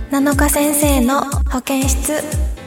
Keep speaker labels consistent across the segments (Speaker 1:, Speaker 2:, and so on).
Speaker 1: 7日先生の保健室。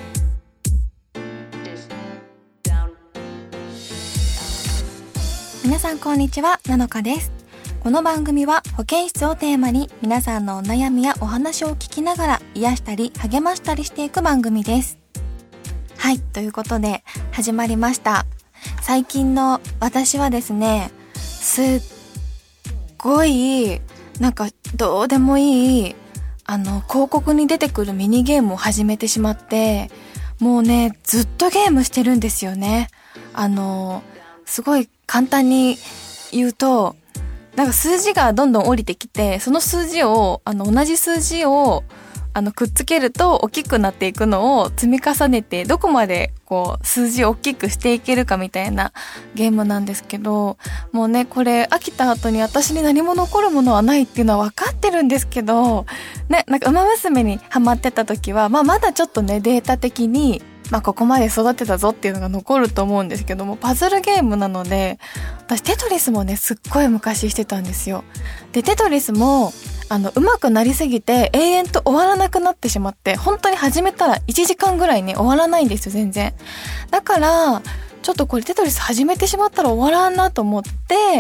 Speaker 1: 皆さんこんにちは、7日です。この番組は保健室をテーマに皆さんのお悩みやお話を聞きながら癒したり励ましたりしていく番組です。はい、ということで始まりました。最近の私はですね、すっごいなんかどうでもいい広告に出てくるミニゲームを始めてしまって、もうねずっとゲームしてるんですよね。すごい簡単に言うと、なんか数字がどんどん降りてきて、その数字を同じ数字をくっつけると大きくなっていくのを積み重ねて、どこまでこう数字を大きくしていけるかみたいなゲームなんですけど、もうねこれ飽きた後に私に何も残るものはないっていうのは分かってるんですけどね、なんか馬娘にハマってた時は、まだちょっとねデータ的にここまで育てたぞっていうのが残ると思うんですけども、パズルゲームなので、私テトリスもねすっごい昔してたんですよ。でテトリスも上手くなりすぎて永遠と終わらなくなってしまって、本当に始めたら1時間ぐらいね終わらないんですよ、全然。だからちょっとこれテトリス始めてしまったら終わらんなと思って、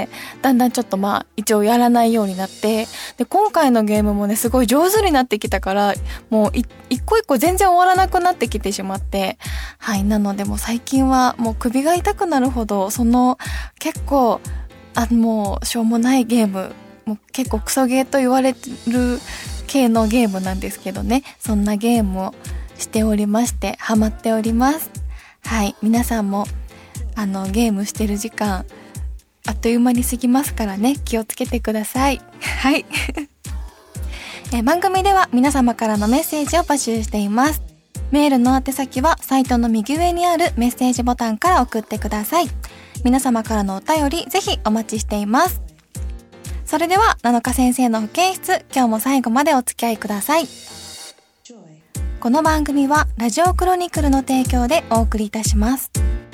Speaker 1: だんだんちょっと一応やらないようになって、で今回のゲームもねすごい上手になってきたから、もう一個一個全然終わらなくなってきてしまって、はい、なのでもう最近はもう首が痛くなるほど、結構もうしょうもないゲーム、もう結構クソゲーと言われる系のゲームなんですけどね、そんなゲームをしておりまして、ハマっております。はい、皆さんもゲームしてる時間あっという間に過ぎますからね、気をつけてください。はい番組では皆様からのメッセージを募集しています。メールの宛先はサイトの右上にあるメッセージボタンから送ってください。皆様からのお便りぜひお待ちしています。それでは7日先生の保健室、今日も最後までお付き合いください。この番組はラジオクロニクルの提供でお送りいたします。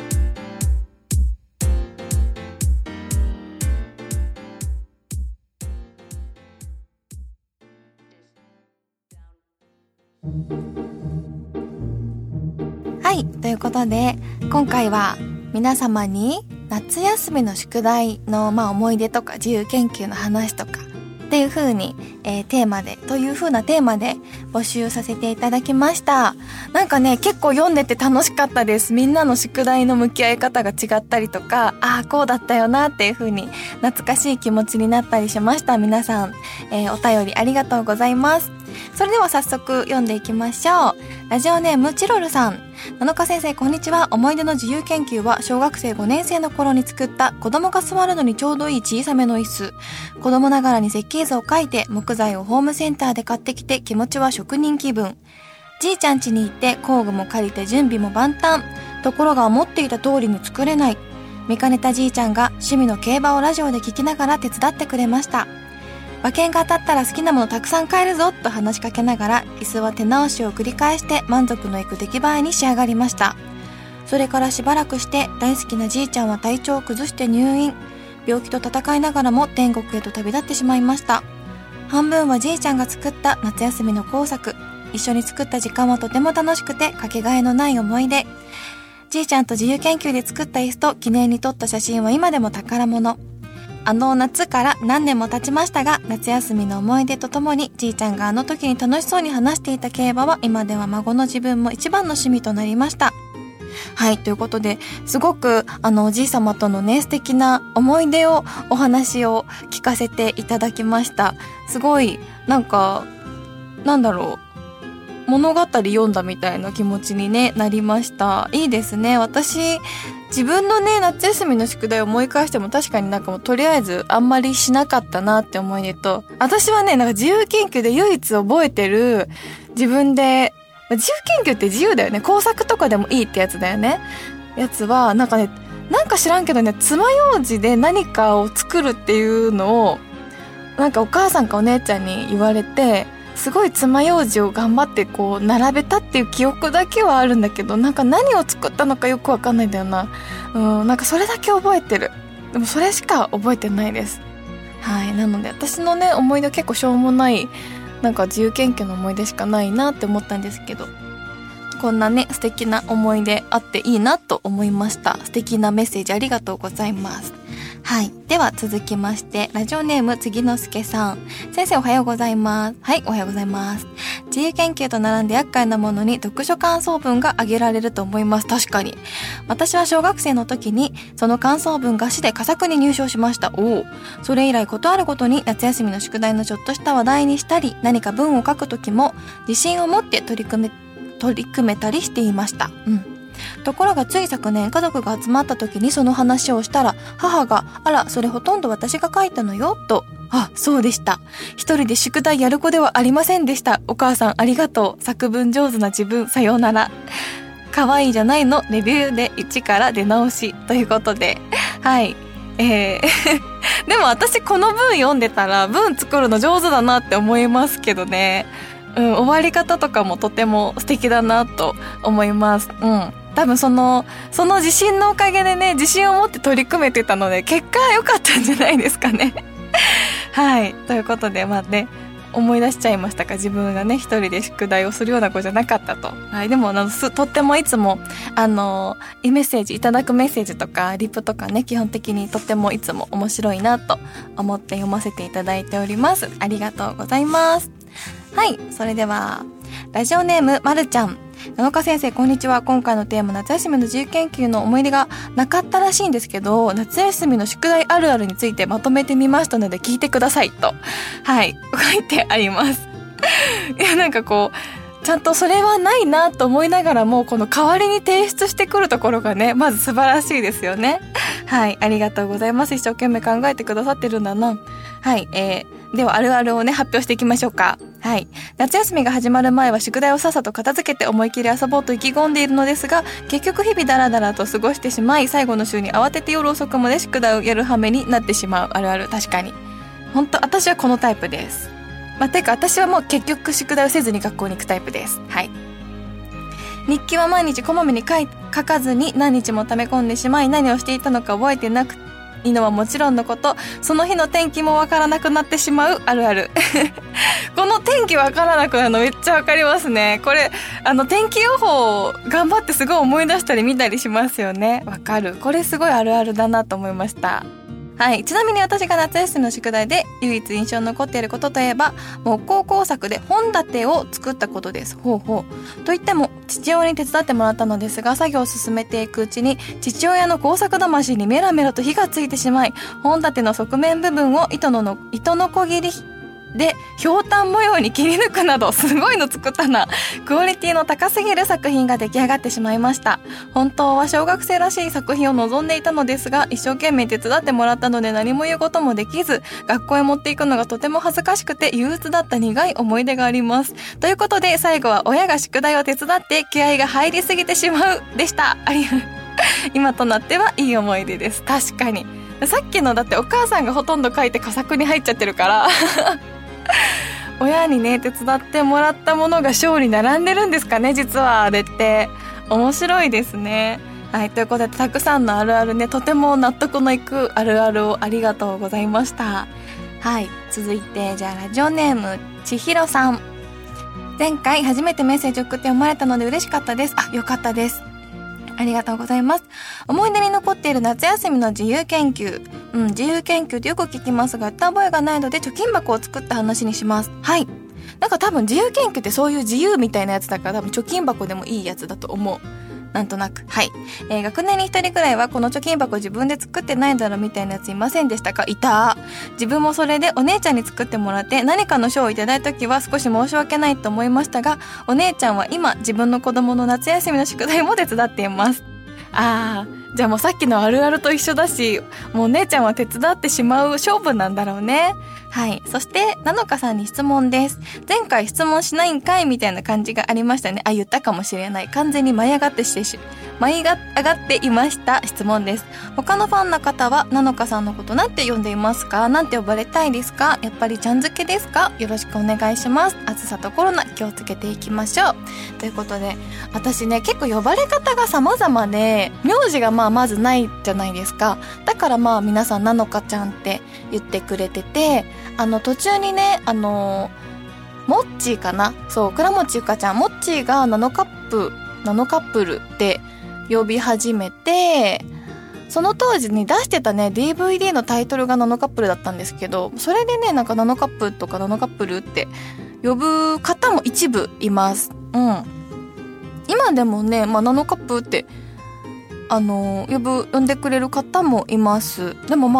Speaker 1: はい、ということで今回は皆様に夏休みの宿題の思い出とか自由研究の話とかっていう風に、テーマで募集させていただきました。なんかね結構読んでて楽しかったです。みんなの宿題の向き合い方が違ったりとか、こうだったよなっていう風に懐かしい気持ちになったりしました。皆さん、お便りありがとうございます。それでは早速読んでいきましょう。ラジオネームチロルさん。7日先生こんにちは。思い出の自由研究は小学生5年生の頃に作った子供が座るのにちょうどいい小さめの椅子。子供ながらに設計図を描いて木材をホームセンターで買ってきて、気持ちは職人気分。じいちゃん家に行って工具も借りて準備も万端。ところが思っていた通りに作れない。見かねたじいちゃんが趣味の競馬をラジオで聞きながら手伝ってくれました。馬券が当たったら好きなものたくさん買えるぞと話しかけながら、椅子は手直しを繰り返して満足のいく出来栄えに仕上がりました。それからしばらくして大好きなじいちゃんは体調を崩して入院。病気と戦いながらも天国へと旅立ってしまいました。半分はじいちゃんが作った夏休みの工作。一緒に作った時間はとても楽しくてかけがえのない思い出。じいちゃんと自由研究で作った椅子と記念に撮った写真は今でも宝物。夏から何年も経ちましたが、夏休みの思い出とともにじいちゃんがあの時に楽しそうに話していた競馬は今では孫の自分も一番の趣味となりました。はい、ということで、すごくおじい様とのね素敵な思い出をお話を聞かせていただきました。すごい物語読んだみたいな気持ちに、なりました。いいですね。私自分の夏休みの宿題を思い返しても確かにもうとりあえずあんまりしなかったなって思い出と、私は自由研究で唯一覚えてる自由研究って自由だよね。工作とかでもいいってやつだよね。やつはなんか知らんけど爪楊枝で何かを作るっていうのをお母さんかお姉ちゃんに言われて、すごい爪楊枝を頑張って並べたっていう記憶だけはあるんだけど、何を作ったのかよくわかんないんだよな。それだけ覚えてる。でもそれしか覚えてないです。はい、なので私の思い出は結構しょうもないなんか自由研究の思い出しかないなって思ったんですけど、こんなね素敵な思い出あっていいなと思いました。素敵なメッセージありがとうございます。はい。では続きまして、ラジオネーム次之助さん。先生おはようございます。はい、おはようございます。自由研究と並んで厄介なものに読書感想文が挙げられると思います。確かに。私は小学生の時に、その感想文が市で佳作に入賞しました。おお。それ以来ことあるごとに夏休みの宿題のちょっとした話題にしたり、何か文を書く時も自信を持って取り組めたりしていました。ところがつい昨年家族が集まった時にその話をしたら、母があらそれほとんど私が書いたのよと。あ、そうでした。一人で宿題やる子ではありませんでした。お母さんありがとう。作文上手な自分さようなら。可愛いじゃないのレビューで1から出直しということで、はいでも私この文読んでたら文作るの上手だなって思いますけどね。終わり方とかもとても素敵だなと思います。多分その自信のおかげでね、自信を持って取り組めてたので結果良かったんじゃないですかね。はい。ということで、思い出しちゃいましたか。自分がね、一人で宿題をするような子じゃなかったと。はい。でも、とってもいつも、メッセージ、いただくメッセージとか、リプとかね、基本的にとってもいつも面白いなと思って読ませていただいております。ありがとうございます。はい。それでは、ラジオネーム、まるちゃん。七日先生、こんにちは。今回のテーマ、夏休みの自由研究の思い出がなかったらしいんですけど、夏休みの宿題あるあるについてまとめてみましたので聞いてくださいと。はい。書いてあります。いや、なんかこう、ちゃんとそれはないなと思いながらも、この代わりに提出してくるところがね、まず素晴らしいですよね。はい。ありがとうございます。一生懸命考えてくださってるんだな。はい。では、あるあるをね、発表していきましょうか。はい。夏休みが始まる前は宿題をさっさと片付けて思い切り遊ぼうと意気込んでいるのですが、結局日々ダラダラと過ごしてしまい、最後の週に慌てて夜遅くまで宿題をやる羽目になってしまう。あるある。確かに。本当私はこのタイプです。てか私はもう結局宿題をせずに学校に行くタイプです。はい。日記は毎日こまめに書かずに何日も溜め込んでしまい、何をしていたのか覚えてなくいいのはもちろんのこと、その日の天気もわからなくなってしまう。あるある。この天気わからなくなるのめっちゃわかりますね。これ天気予報頑張ってすごい思い出したり見たりしますよね。わかる。これすごいあるあるだなと思いました。はい。ちなみに私が夏休みの宿題で唯一印象に残っていることといえば、木工工作で本立てを作ったことです。ほうほう。といっても、父親に手伝ってもらったのですが、作業を進めていくうちに、父親の工作魂にメラメラと火がついてしまい、本立ての側面部分を糸のこぎりで、ひょうたん模様に切り抜くなど、すごいの作ったな。クオリティの高すぎる作品が出来上がってしまいました。本当は小学生らしい作品を望んでいたのですが、一生懸命手伝ってもらったので何も言うこともできず、学校へ持っていくのがとても恥ずかしくて憂鬱だった苦い思い出があります。ということで、最後は親が宿題を手伝って気合が入りすぎてしまうでした。今となってはいい思い出です。確かに。さっきのだってお母さんがほとんど書いて佳作に入っちゃってるから、親にね手伝ってもらったものが賞に並んでるんですかね。実はあれって面白いですね。はい、ということでたくさんのあるあるね、とても納得のいくあるあるをありがとうございました。はい、続いてじゃあラジオネームちひろさん。前回初めてメッセージを送って読まれたので嬉しかったです。あ、よかったです。ありがとうございます。思い出に残っている夏休みの自由研究。自由研究ってよく聞きますが、やった覚えがないので貯金箱を作った話にします。はい。なんか多分自由研究ってそういう自由みたいなやつだから、多分貯金箱でもいいやつだと思う。なんとなく。はい。学年に一人くらいはこの貯金箱自分で作ってないだろみたいなやついませんでしたか？いた。自分もそれでお姉ちゃんに作ってもらって何かの賞をいただいた時は少し申し訳ないと思いましたが、お姉ちゃんは今自分の子供の夏休みの宿題も手伝っています。じゃあもうさっきのあるあると一緒だし、もうお姉ちゃんは手伝ってしまう勝負なんだろうね。はい。そして、なのかさんに質問です。前回質問しないんかいみたいな感じがありましたね。言ったかもしれない。完全に舞い上がっていました質問です。他のファンの方は、なのかさんのことなんて呼んでいますか？なんて呼ばれたいですか？やっぱりちゃん付けですか？よろしくお願いします。暑さとコロナ気をつけていきましょう。ということで、私ね、結構呼ばれ方が様々で、名字がまずないじゃないですか。だから皆さんなのかちゃんって言ってくれてて、途中にね、 モッチーかな、そう倉持ゆかちゃん、モッチーがナノカップルって呼び始めて、その当時に出してたね DVD のタイトルがナノカップルだったんですけど、それでねなんかナノカップとかナノカップルって呼ぶ方も一部います。今でもね、ナノカップって呼んでくれる方もいます。でも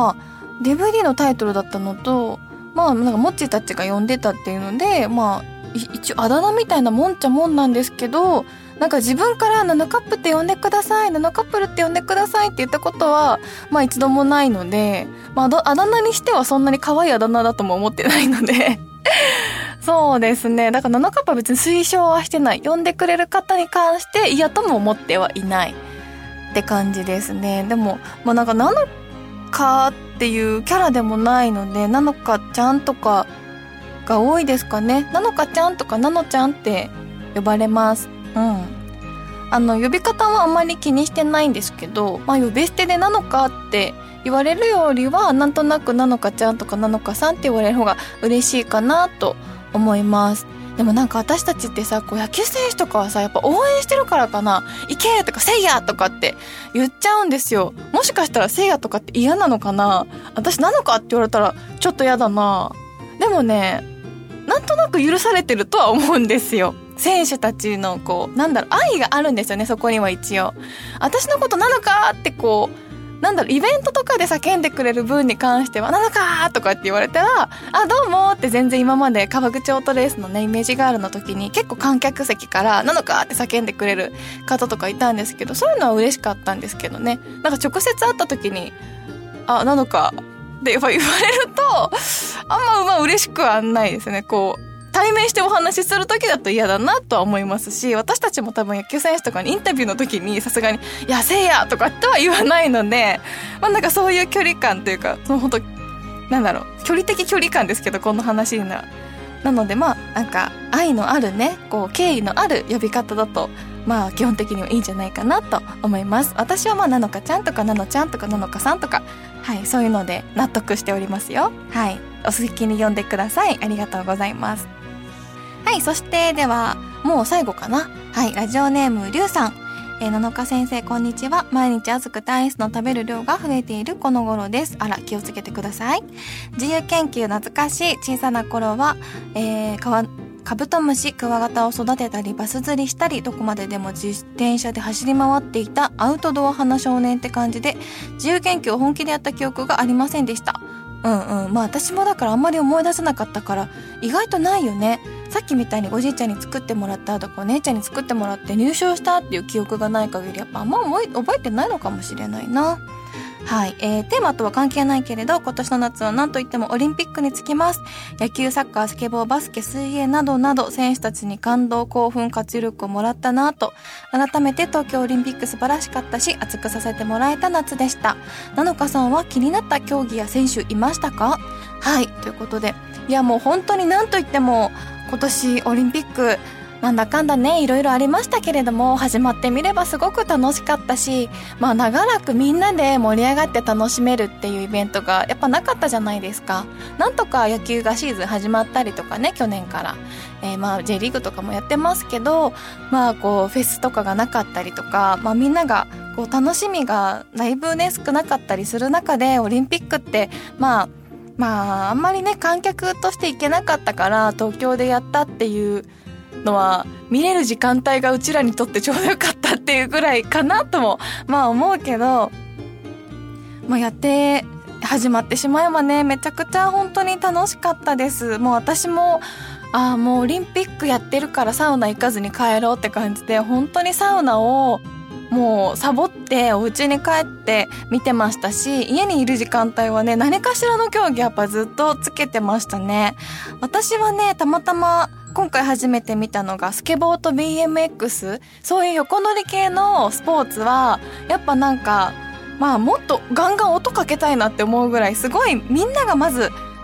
Speaker 1: DVD のタイトルだったのと、なんかモッチーたちが呼んでたっていうので、一応あだ名みたいなもんっちゃもんなんですけど、なんか自分からナノカップって呼んでください、ナノカップルって呼んでくださいって言ったことは一度もないので、あだ名にしてはそんなに可愛いあだ名だとも思ってないのでそうですね、だからナノカップは別に推奨はしてない。呼んでくれる方に関して嫌とも思ってはいないって感じですね。でもなんかナノカっていうキャラでもないので、ナノカちゃんとかが多いですかね。ナノカちゃんとかナノちゃんって呼ばれます。呼び方はあんまり気にしてないんですけど、呼び捨てでナノカって言われるよりは、なんとなくナノカちゃんとかナノカさんって言われる方が嬉しいかなと思います。でもなんか私たちってさ、野球選手とかはさ、やっぱ応援してるからかな、いけとかせいやとかって言っちゃうんですよ。もしかしたらせいやとかって嫌なのかな。私なのかって言われたらちょっと嫌だな。でもね、なんとなく許されてるとは思うんですよ。選手たちの愛があるんですよね、そこには一応。私のことなのかってイベントとかで叫んでくれる分に関しては、なのかとかって言われたら、どうもって全然今まで川口オートレースのね、イメージガールの時に結構観客席からなのかって叫んでくれる方とかいたんですけど、そういうのは嬉しかったんですけどね。なんか直接会った時に、なのかって言われると、あんま嬉しくはないですね。対面してお話しする時だと嫌だなとは思いますし、私たちも多分野球選手とかにインタビューの時にさすがに「いやせいや!」とかとは言わないので、なんかそういう距離感というか、その本当距離的距離感ですけど、この話には。なのでなんか愛のあるね、敬意のある呼び方だと基本的にはいいんじゃないかなと思います。私はなのかちゃんとかなのちゃんとかなのかさんとか、そういうので納得しておりますよ。お好きに呼んでください。ありがとうございます。そしてではもう最後かな。ラジオネームりゅうさん。七日先生こんにちは。毎日暑くてアイスの食べる量が増えているこの頃です。気をつけてください。自由研究懐かしい。小さな頃は、カブトムシ、クワガタを育てたりバス釣りしたり、どこまででも自転車で走り回っていたアウトドア派な少年って感じで、自由研究を本気でやった記憶がありませんでした。私もだからあんまり思い出せなかったから意外とないよね。さっきみたいにおじいちゃんに作ってもらったとかお姉ちゃんに作ってもらって入賞したっていう記憶がない限り、やっぱあんま覚えてないのかもしれないな。テーマとは関係ないけれど、今年の夏は何といってもオリンピックにつきます。野球、サッカー、スケボー、バスケ、水泳などなど選手たちに感動、興奮、活力をもらったなと、改めて東京オリンピック素晴らしかったし、熱くさせてもらえた夏でした。なのかさんは気になった競技や選手いましたか？ということで、もう本当に何といっても今年オリンピックなんだかんだね、いろいろありましたけれども、始まってみればすごく楽しかったし、長らくみんなで盛り上がって楽しめるっていうイベントがやっぱなかったじゃないですか。なんとか野球がシーズン始まったりとかね、去年から、J リーグとかもやってますけど、フェスとかがなかったりとか、みんなが楽しみがだいぶね少なかったりする中で、オリンピックってあんまりね観客として行けなかったから東京でやったっていうのは、見れる時間帯がうちらにとってちょうどよかったっていうぐらいかなとも思うけど、やって始まってしまえばね、めちゃくちゃ本当に楽しかったです。もう私ももうオリンピックやってるからサウナ行かずに帰ろうって感じで、本当にサウナをもうサボってお家に帰って見てましたし、家にいる時間帯はね、何かしらの競技やっぱずっとつけてましたね。私はね、たまたま今回初めて見たのがスケボーと BMX、 そういう横乗り系のスポーツはやっぱもっとガンガン音かけたいなって思うぐらい、すごいみんながまず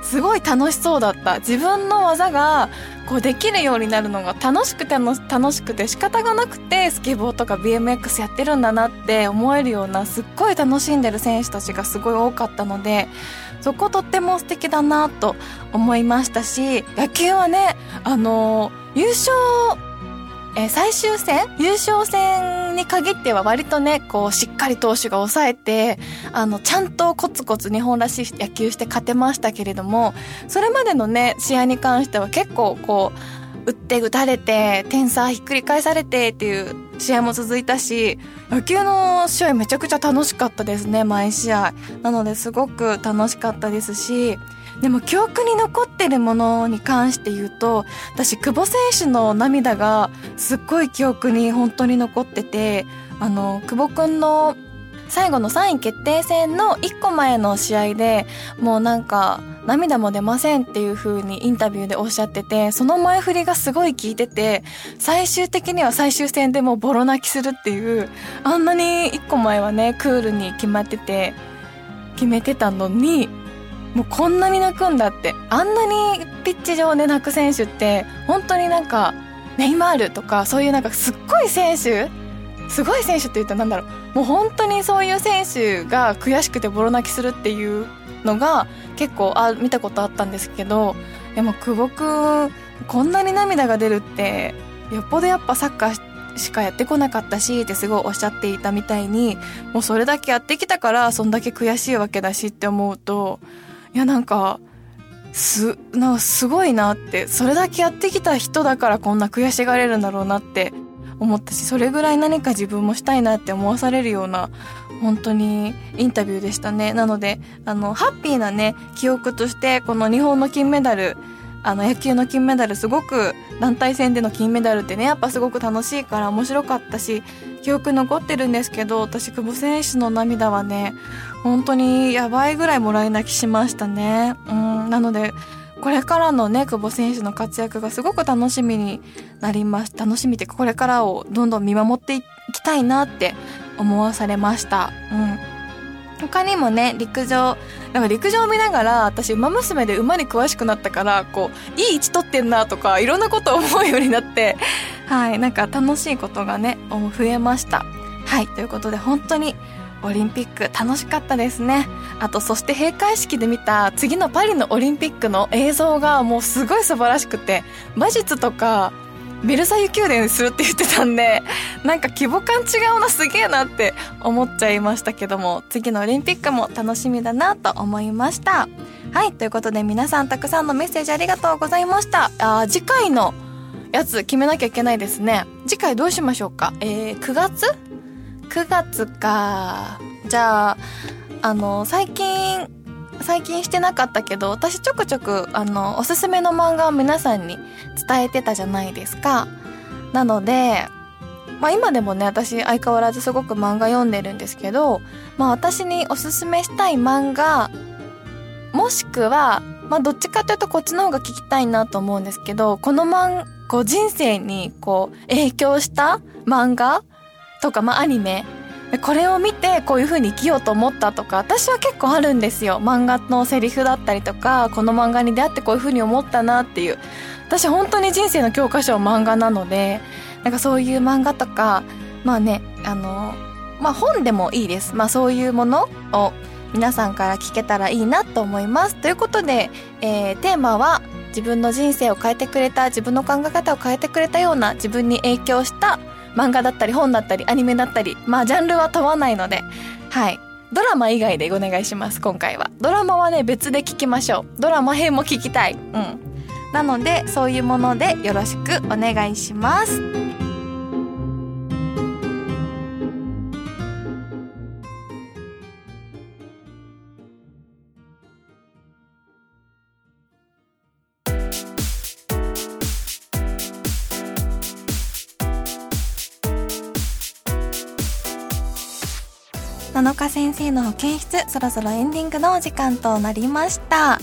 Speaker 1: すごい楽しそうだった。自分の技がこうできるようになるのが楽しくて仕方がなくてスケボーとか BMX やってるんだなって思えるような、すっごい楽しんでる選手たちがすごい多かったので、そことっても素敵だなと思いましたし、野球はね、優勝戦に限っては割とね、こうしっかり投手が抑えて、ちゃんとコツコツ日本らしい野球して勝てましたけれども、それまでのね試合に関しては結構こう打って打たれて点差ひっくり返されてっていう試合も続いたし、野球の試合めちゃくちゃ楽しかったですね、毎試合。なのですごく楽しかったですし、でも記憶に残ってるものに関して言うと、私久保選手の涙がすっごい記憶に本当に残ってて、久保くんの最後の3位決定戦の1個前の試合でもうなんか涙も出ませんっていう風にインタビューでおっしゃってて、その前振りがすごい効いてて、最終的には最終戦でもうボロ泣きするっていう、あんなに1個前はねクールに決めてたのに、もうこんなに泣くんだって。あんなにピッチ上で泣く選手って本当になんかネイマールとかそういうなんかすごい選手って言うとなんだろう、もう本当にそういう選手が悔しくてボロ泣きするっていうのが結構見たことあったんですけど、でも久保くんこんなに涙が出るってよっぽどやっぱサッカーしかやってこなかったしってすごいおっしゃっていたみたいに、もうそれだけやってきたからそんだけ悔しいわけだしって思うと、いやなんかすごいなって、それだけやってきた人だからこんな悔しがれるんだろうなって思ったし、それぐらい何か自分もしたいなって思わされるような本当にインタビューでしたね。なのでハッピーなね記憶として、この日本の金メダル、野球の金メダル、すごく団体戦での金メダルってねやっぱすごく楽しいから面白かったし記憶残ってるんですけど、私久保選手の涙はね本当にやばいぐらいもらい泣きしましたね。なのでこれからのね久保選手の活躍がすごく楽しみになります。楽しみってこれからをどんどん見守っていきたいなって思わされました。他にもね陸上を見ながら、私馬娘で馬に詳しくなったから、こういい位置取ってんなとかいろんなことを思うようになって、はい、なんか楽しいことがね増えました。はい、ということで本当にオリンピック楽しかったですね。あとそして閉会式で見た次のパリのオリンピックの映像がもうすごい素晴らしくて、馬術とかベルサイユ宮殿するって言ってたんで、なんか規模感違うな、すげえなって思っちゃいましたけども、次のオリンピックも楽しみだなと思いました。はい、ということで皆さんたくさんのメッセージありがとうございました。次回のやつ決めなきゃいけないですね。次回どうしましょうか。9月か。じゃあ最近してなかったけど、私ちょくちょくおすすめの漫画を皆さんに伝えてたじゃないですか。なので今でもね私相変わらずすごく漫画読んでるんですけど、私におすすめしたい漫画、もしくはどっちかというとこっちの方が聞きたいなと思うんですけど、この人生に影響した漫画とかアニメ、これを見てこういう風に生きようと思ったとか、私は結構あるんですよ。漫画のセリフだったりとか、この漫画に出会ってこういう風に思ったなっていう、私本当に人生の教科書は漫画なので、なんかそういう漫画とか本でもいいです。そういうものを皆さんから聞けたらいいなと思います。ということで、テーマは自分の人生を変えてくれた、自分の考え方を変えてくれたような、自分に影響した漫画だったり本だったりアニメだったり、ジャンルは問わないので、はい、ドラマ以外でお願いします。今回はドラマはね別で聞きましょう。ドラマ編も聞きたい。なのでそういうものでよろしくお願いします。7日先生の保健室、そろそろエンディングのお時間となりました。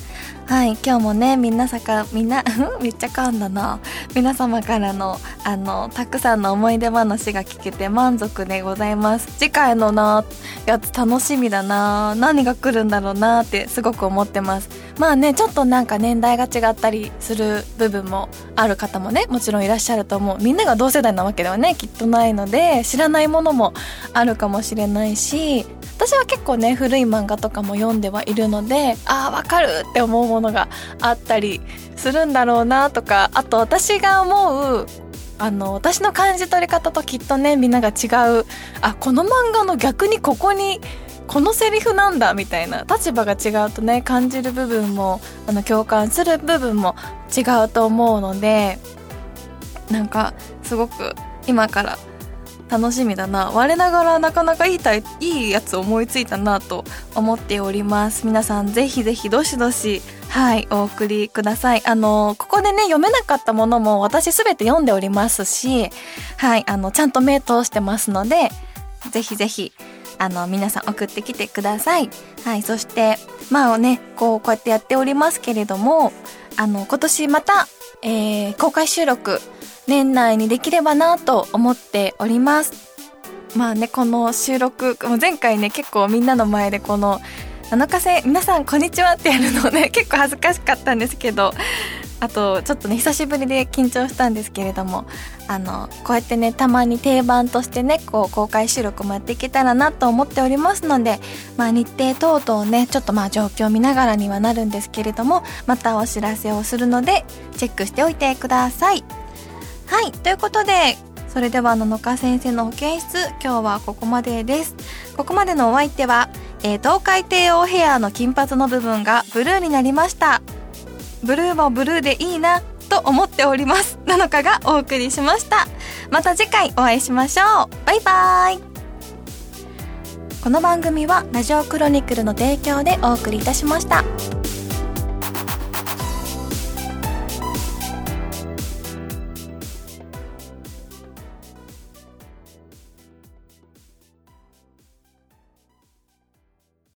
Speaker 1: はい、今日もね、みんなめっちゃ噛んだな。皆様からのたくさんの思い出話が聞けて満足でございます。次回のやつ楽しみだな。何が来るんだろうなってすごく思ってます。まあね、ちょっとなんか年代が違ったりする部分もある方もね、もちろんいらっしゃると思う。みんなが同世代なわけではね、きっとないので、知らないものもあるかもしれないし、私は結構ね、古い漫画とかも読んではいるので、わかるって思うものがあったりするんだろうなとか、あと私が思う私の感じ取り方ときっとね、みんなが違う、この漫画の逆にここにこのセリフなんだみたいな、立場が違うとね、感じる部分も共感する部分も違うと思うので、なんかすごく今から楽しみだな。我ながらなかなかいいやつ思いついたなと思っております。皆さんぜひぜひどしどしお送りください。ここでね、読めなかったものも私すべて読んでおりますし、ちゃんと目通してますので、ぜひぜひ皆さん送ってきてください。そしてこうやってやっておりますけれども、今年また、公開収録年内にできればなと思っております。この収録前回ね、結構みんなの前でこの7日制皆さんこんにちはってやるのね、結構恥ずかしかったんですけど、あとちょっとね、久しぶりで緊張したんですけれども、こうやってね、たまに定番としてね、公開収録もやっていけたらなと思っておりますので、日程等々ね、ちょっと状況を見ながらにはなるんですけれども、またお知らせをするのでチェックしておいてください。ということで、それでは7日先生の保健室、今日はここまでです。ここまでのお相手は、東海帝王ヘアの金髪の部分がブルーになりました。ブルーもブルーでいいなと思っております。7日がお送りしました。また次回お会いしましょう。バイバイ。この番組はラジオクロニクルの提供でお送りいたしました。